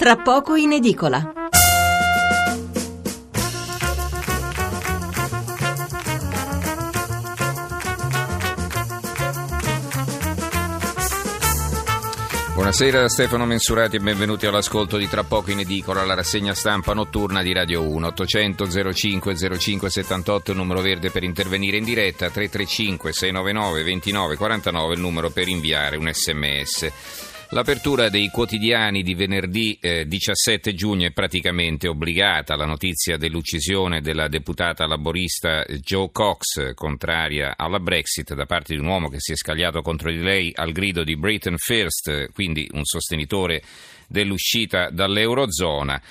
tra poco in edicola. Buonasera da Stefano Mensurati e benvenuti all'ascolto di Tra poco in edicola, la rassegna stampa notturna di Radio 1. 800 05 05 78 il numero verde per intervenire in diretta, 335 699 29 49 il numero per inviare un sms. L'apertura dei quotidiani di venerdì 17 giugno è praticamente obbligata. La notizia dell'uccisione della deputata laborista Jo Cox, contraria alla Brexit, da parte di un uomo che si è scagliato contro di lei al grido di Britain First, quindi un sostenitore dell'uscita dall'Eurozona.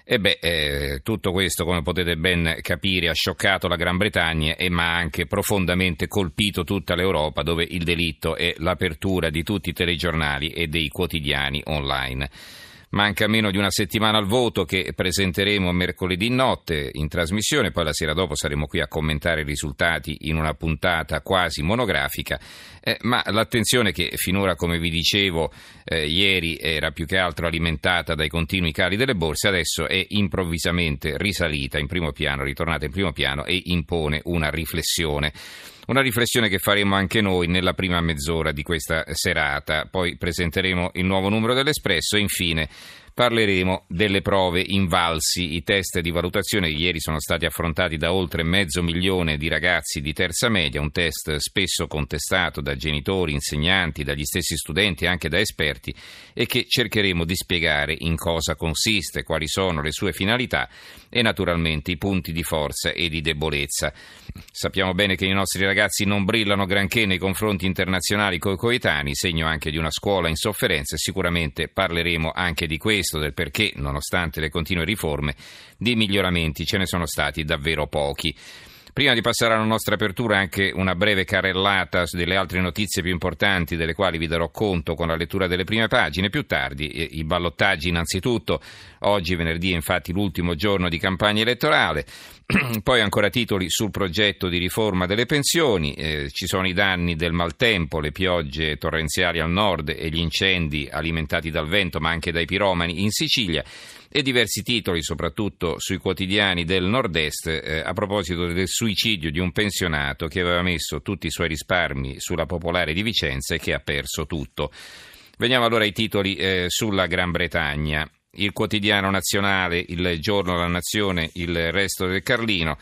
Tutto questo, come potete ben capire, ha scioccato la Gran Bretagna ma ha anche profondamente colpito tutta l'Europa, dove il delitto è l'apertura di tutti i telegiornali e dei quotidiani online. Manca meno di una settimana al voto, che presenteremo mercoledì notte in trasmissione, poi la sera dopo saremo qui a commentare i risultati in una puntata quasi monografica, ma l'attenzione che finora, come vi dicevo, ieri era più che altro alimentata dai continui cali delle borse, adesso è improvvisamente risalita in primo piano, ritornata in primo piano e impone una riflessione. Una riflessione che faremo anche noi nella prima mezz'ora di questa serata, poi presenteremo il nuovo numero dell'Espresso e infine parleremo delle prove invalsi. I test di valutazione ieri sono stati affrontati da oltre 500.000 di ragazzi di terza media, un test spesso contestato da genitori, insegnanti, dagli stessi studenti e anche da esperti, e che cercheremo di spiegare in cosa consiste, quali sono le sue finalità e naturalmente i punti di forza e di debolezza. Sappiamo bene che i nostri ragazzi non brillano granché nei confronti internazionali coi coetanei, segno anche di una scuola in sofferenza, e sicuramente parleremo anche di questo, del perché, nonostante le continue riforme, di miglioramenti ce ne sono stati davvero pochi. Prima di passare alla nostra apertura, anche una breve carrellata delle altre notizie più importanti, delle quali vi darò conto con la lettura delle prime pagine. Più tardi i ballottaggi innanzitutto. Oggi venerdì è infatti l'ultimo giorno di campagna elettorale. Poi ancora titoli sul progetto di riforma delle pensioni. Ci sono i danni del maltempo, le piogge torrenziali al nord e gli incendi alimentati dal vento ma anche dai piromani in Sicilia. E diversi titoli, soprattutto sui quotidiani del nord-est, a proposito del suicidio di un pensionato che aveva messo tutti i suoi risparmi sulla Popolare di Vicenza e che ha perso tutto. Veniamo allora ai titoli sulla Gran Bretagna. Il quotidiano nazionale, il Giorno della Nazione, il Resto del Carlino.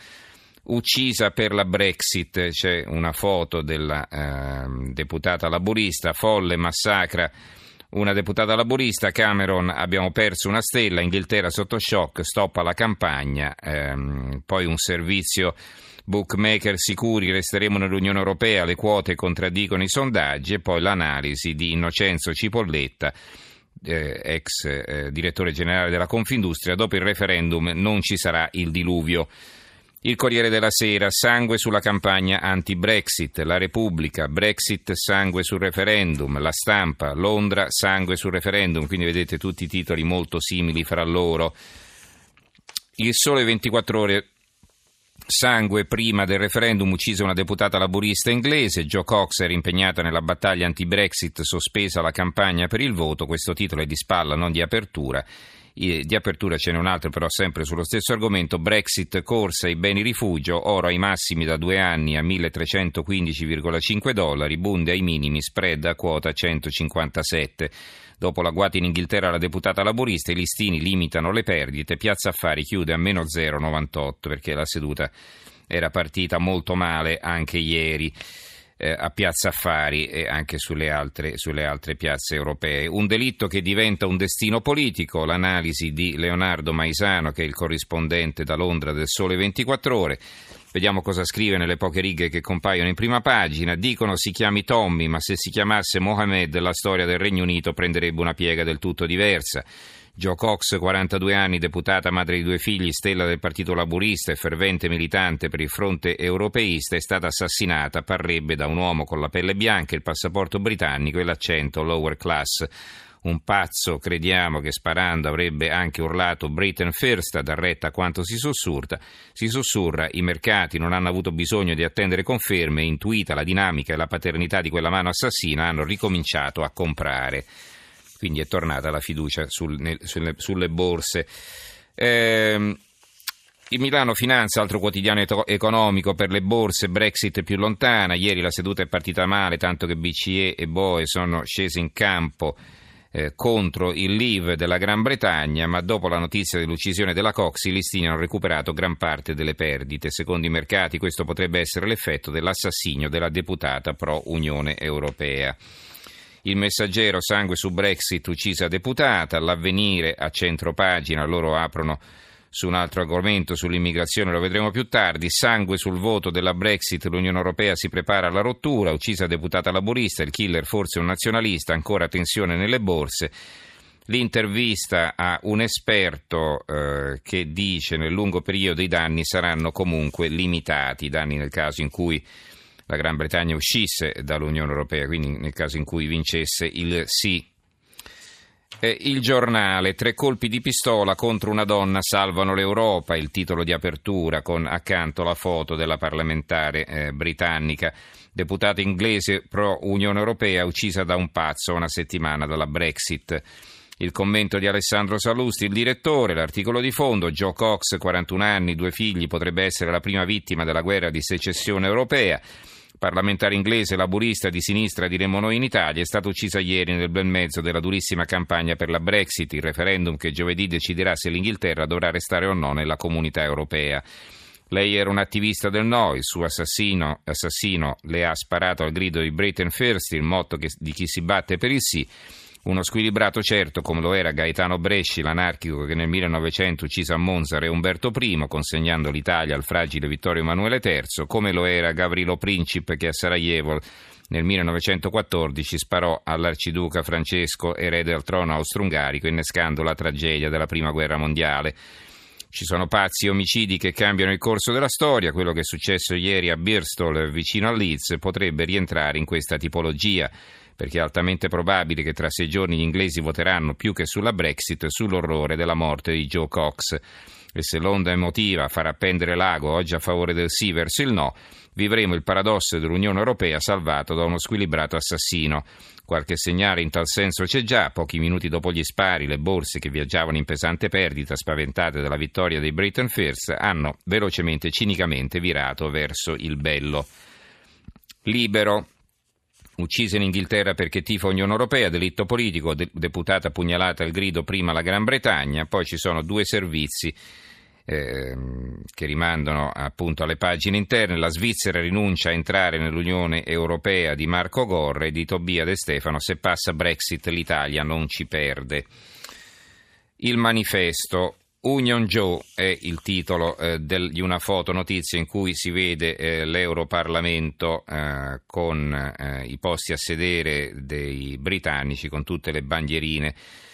Uccisa per la Brexit, c'è una foto della deputata laburista, folle massacra una deputata laburista. Cameron, abbiamo perso una stella, Inghilterra sotto shock, stop alla campagna, poi un servizio bookmaker sicuri, resteremo nell'Unione Europea, le quote contraddicono i sondaggi, e poi l'analisi di Innocenzo Cipolletta, ex direttore generale della Confindustria: dopo il referendum non ci sarà il diluvio. Il Corriere della Sera, sangue sulla campagna anti-Brexit. La Repubblica, Brexit, sangue sul referendum. La Stampa, Londra, sangue sul referendum. Quindi vedete tutti i titoli molto simili fra loro. Il Sole 24 Ore, sangue prima del referendum, uccisa una deputata laburista inglese. Jo Cox era impegnata nella battaglia anti-Brexit, sospesa la campagna per il voto. Questo titolo è di spalla, non di apertura. Di apertura ce n'è un altro, però sempre sullo stesso argomento: Brexit, corsa ai beni rifugio, oro ai massimi da 2 anni a $1.315,5, Bund ai minimi, spread a quota 157. Dopo l'agguato in Inghilterra la deputata laburista, i listini limitano le perdite, Piazza Affari chiude a meno 0,98 perché la seduta era partita molto male anche ieri. A Piazza Affari e anche sulle altre piazze europee. Un delitto che diventa un destino politico, l'analisi di Leonardo Maisano, che è il corrispondente da Londra del Sole 24 Ore. Vediamo cosa scrive nelle poche righe che compaiono in prima pagina. Dicono si chiami Tommy, ma se si chiamasse Mohammed la storia del Regno Unito prenderebbe una piega del tutto diversa. Jo Cox, 42 anni, deputata, madre di 2 figli, stella del Partito Laburista e fervente militante per il fronte europeista, è stata assassinata, parrebbe, da un uomo con la pelle bianca, il passaporto britannico e l'accento lower class. Un pazzo, crediamo, che sparando avrebbe anche urlato Britain First, a dar retta a quanto si sussurra, i mercati non hanno avuto bisogno di attendere conferme, intuita la dinamica e la paternità di quella mano assassina, hanno ricominciato a comprare. quindi è tornata la fiducia sulle borse. Il Milano Finanza, altro quotidiano economico per le borse, Brexit più lontana, ieri la seduta è partita male, tanto che BCE e BOE sono scesi in campo contro il Leave della Gran Bretagna, ma dopo la notizia dell'uccisione della Cox i listini hanno recuperato gran parte delle perdite. Secondo i mercati questo potrebbe essere l'effetto dell'assassinio della deputata pro Unione Europea. Il Messaggero, sangue su Brexit, uccisa deputata, l'Avvenire a centropagina, loro aprono su un altro argomento, sull'immigrazione, lo vedremo più tardi. Sangue sul voto della Brexit, l'Unione Europea si prepara alla rottura, uccisa deputata laburista, il killer forse un nazionalista, ancora tensione nelle borse. L'intervista a un esperto che dice nel lungo periodo i danni saranno comunque limitati, i danni nel caso in cui la Gran Bretagna uscisse dall'Unione Europea, quindi nel caso in cui vincesse il sì. Il Giornale, 3 colpi di pistola contro una donna salvano l'Europa, il titolo di apertura con accanto la foto della parlamentare britannica, deputata inglese pro Unione Europea uccisa da un pazzo a una settimana dalla Brexit. Il commento di Alessandro Sallusti, il direttore, l'articolo di fondo, Jo Cox, 41 anni, 2 figli, potrebbe essere la prima vittima della guerra di secessione europea. Parlamentare inglese, laburista di sinistra, diremmo noi in Italia, è stata uccisa ieri nel bel mezzo della durissima campagna per la Brexit, il referendum che giovedì deciderà se l'Inghilterra dovrà restare o no nella comunità europea. Lei era un attivista del no, il suo assassino le ha sparato al grido di Britain First, il motto di chi si batte per il sì. Uno squilibrato certo come lo era Gaetano Bresci, l'anarchico che nel 1900 uccise a Monza Re Umberto I, consegnando l'Italia al fragile Vittorio Emanuele III, come lo era Gavrilo Princip che a Sarajevo nel 1914 sparò all'arciduca Francesco, erede al trono austro-ungarico, innescando la tragedia della Prima Guerra Mondiale. Ci sono pazzi e omicidi che cambiano il corso della storia, quello che è successo ieri a Birstall vicino a Leeds potrebbe rientrare in questa tipologia, perché è altamente probabile che tra 6 giorni gli inglesi voteranno più che sulla Brexit sull'orrore della morte di Jo Cox. E se l'onda emotiva farà pendere l'ago oggi a favore del sì verso il no, vivremo il paradosso dell'Unione Europea salvato da uno squilibrato assassino. Qualche segnale in tal senso c'è già. Pochi minuti dopo gli spari, le borse che viaggiavano in pesante perdita, spaventate dalla vittoria dei Britain First, hanno velocemente e cinicamente virato verso il bello. Libero. Uccisa in Inghilterra perché tifa Unione Europea, delitto politico, deputata pugnalata al grido prima la Gran Bretagna, poi ci sono 2 servizi che rimandano appunto alle pagine interne. La Svizzera rinuncia a entrare nell'Unione Europea di Marco Gorre e di Tobia De Stefano, se passa Brexit l'Italia non ci perde. Il Manifesto. Union Joe è il titolo di una fotonotizia in cui si vede l'Europarlamento con i posti a sedere dei britannici con tutte le bandierine.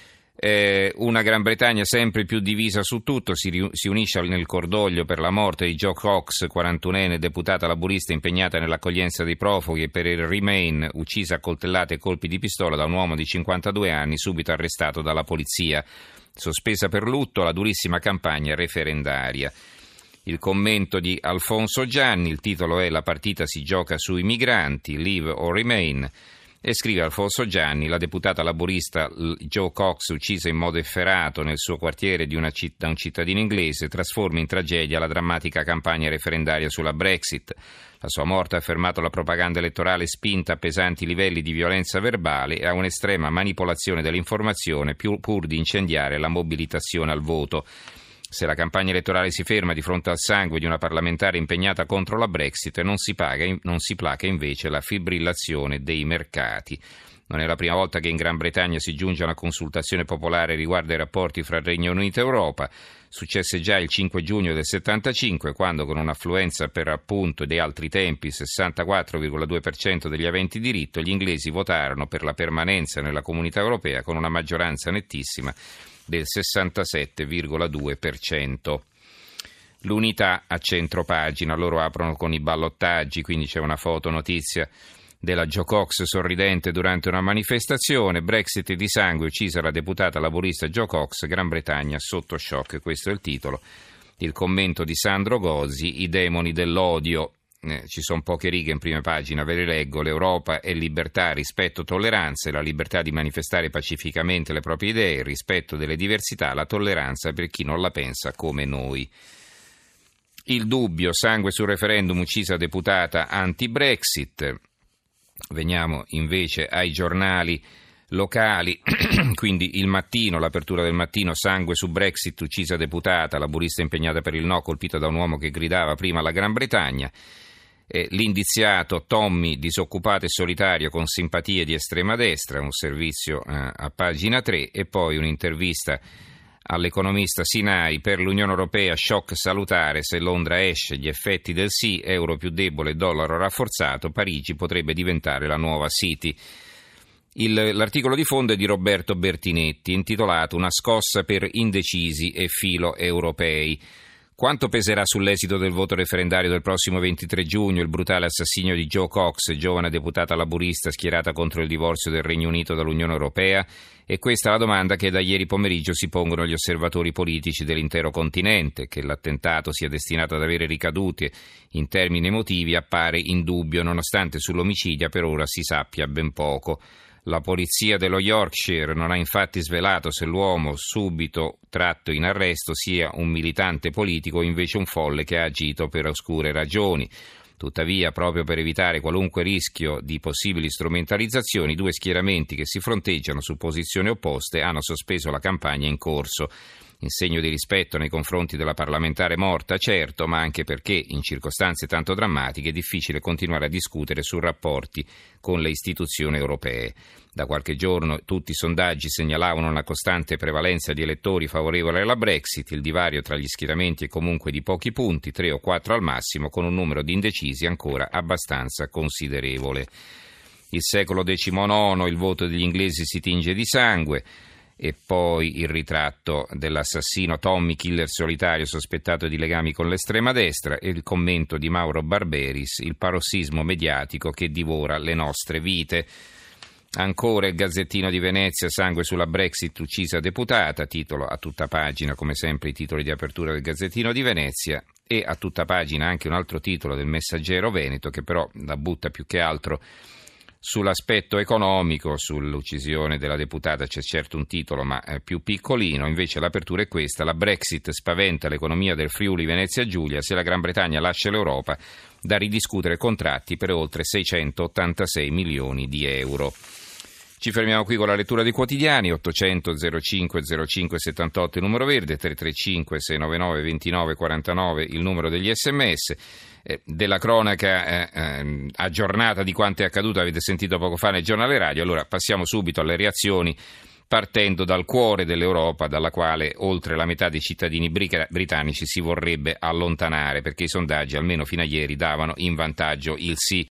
Una Gran Bretagna sempre più divisa su tutto, si unisce nel cordoglio per la morte di Jo Cox, 41enne deputata laburista impegnata nell'accoglienza dei profughi, e per il Remain, uccisa a coltellate e colpi di pistola da un uomo di 52 anni subito arrestato dalla polizia. Sospesa per lutto la durissima campagna referendaria. Il commento di Alfonso Gianni, il titolo è La partita si gioca sui migranti, Leave or Remain, e scrive Alfonso Gianni, la deputata laburista Jo Cox, uccisa in modo efferato nel suo quartiere da un cittadino inglese, trasforma in tragedia la drammatica campagna referendaria sulla Brexit. La sua morte ha fermato la propaganda elettorale spinta a pesanti livelli di violenza verbale e a un'estrema manipolazione dell'informazione pur di incendiare la mobilitazione al voto. Se la campagna elettorale si ferma di fronte al sangue di una parlamentare impegnata contro la Brexit, non si placa invece la fibrillazione dei mercati. Non è la prima volta che in Gran Bretagna si giunge a una consultazione popolare riguardo ai rapporti fra Regno Unito e Europa. Successe già il 5 giugno del 75, quando con un'affluenza per appunto dei altri tempi, il 64,2% degli aventi diritto, gli inglesi votarono per la permanenza nella comunità europea con una maggioranza nettissima del 67,2%. L'Unità a centropagina, loro aprono con i ballottaggi, quindi c'è una fotonotizia della Jo Cox sorridente durante una manifestazione, Brexit di sangue, uccisa la deputata laburista Jo Cox, Gran Bretagna sotto shock, questo è il titolo. Il commento di Sandro Gozzi, i demoni dell'odio, ci sono poche righe in prima pagina, ve le leggo. L'Europa è libertà, rispetto, tolleranza, e la libertà di manifestare pacificamente le proprie idee, il rispetto delle diversità, la tolleranza per chi non la pensa come noi. Il dubbio, sangue sul referendum, uccisa deputata anti-Brexit. Veniamo invece ai giornali locali, quindi Il Mattino, l'apertura del Mattino: sangue su Brexit, uccisa deputata, laburista impegnata per il no, colpita da un uomo che gridava prima alla Gran Bretagna. L'indiziato Tommy, disoccupato e solitario con simpatie di estrema destra, un servizio a pagina 3, e poi un'intervista all'economista Sinai: per l'Unione Europea shock salutare, se Londra esce, gli effetti del sì, euro più debole, dollaro rafforzato, Parigi potrebbe diventare la nuova City. L'articolo di fondo è di Roberto Bertinetti, intitolato Una scossa per indecisi e filo europei. Quanto peserà sull'esito del voto referendario del prossimo 23 giugno il brutale assassinio di Jo Cox, giovane deputata laburista schierata contro il divorzio del Regno Unito dall'Unione Europea? E questa è la domanda che da ieri pomeriggio si pongono gli osservatori politici dell'intero continente. Che l'attentato sia destinato ad avere ricadute in termini emotivi appare indubbio, nonostante sull'omicidio per ora si sappia ben poco. La polizia dello Yorkshire non ha infatti svelato se l'uomo subito tratto in arresto sia un militante politico o invece un folle che ha agito per oscure ragioni. Tuttavia, proprio per evitare qualunque rischio di possibili strumentalizzazioni, due schieramenti che si fronteggiano su posizioni opposte hanno sospeso la campagna in corso, in segno di rispetto nei confronti della parlamentare morta, certo, ma anche perché in circostanze tanto drammatiche è difficile continuare a discutere su rapporti con le istituzioni europee. Da qualche giorno tutti i sondaggi segnalavano una costante prevalenza di elettori favorevoli alla Brexit, il divario tra gli schieramenti è comunque di pochi punti, 3 o 4 al massimo, con un numero di indecisi ancora abbastanza considerevole. Il secolo XIX, il voto degli inglesi si tinge di sangue. E poi il ritratto dell'assassino Tommy, killer solitario sospettato di legami con l'estrema destra, e il commento di Mauro Barberis: il parossismo mediatico che divora le nostre vite. Ancora il Gazzettino di Venezia: sangue sulla Brexit, uccisa deputata, titolo a tutta pagina, come sempre i titoli di apertura del Gazzettino di Venezia, e a tutta pagina anche un altro titolo del Messaggero Veneto, che però la butta più che altro sull'aspetto economico. Sull'uccisione della deputata c'è certo un titolo, ma è più piccolino. Invece l'apertura è questa: la Brexit spaventa l'economia del Friuli Venezia Giulia, se la Gran Bretagna lascia l'Europa da ridiscutere contratti per oltre 686 milioni di euro. Ci fermiamo qui con la lettura dei quotidiani. 800 05 05 78 il numero verde, 335 699 29 49 il numero degli sms. Della cronaca aggiornata di quanto è accaduto avete sentito poco fa nel giornale radio. Allora passiamo subito alle reazioni, partendo dal cuore dell'Europa, dalla quale oltre la metà dei cittadini britannici si vorrebbe allontanare, perché i sondaggi almeno fino a ieri davano in vantaggio il sì.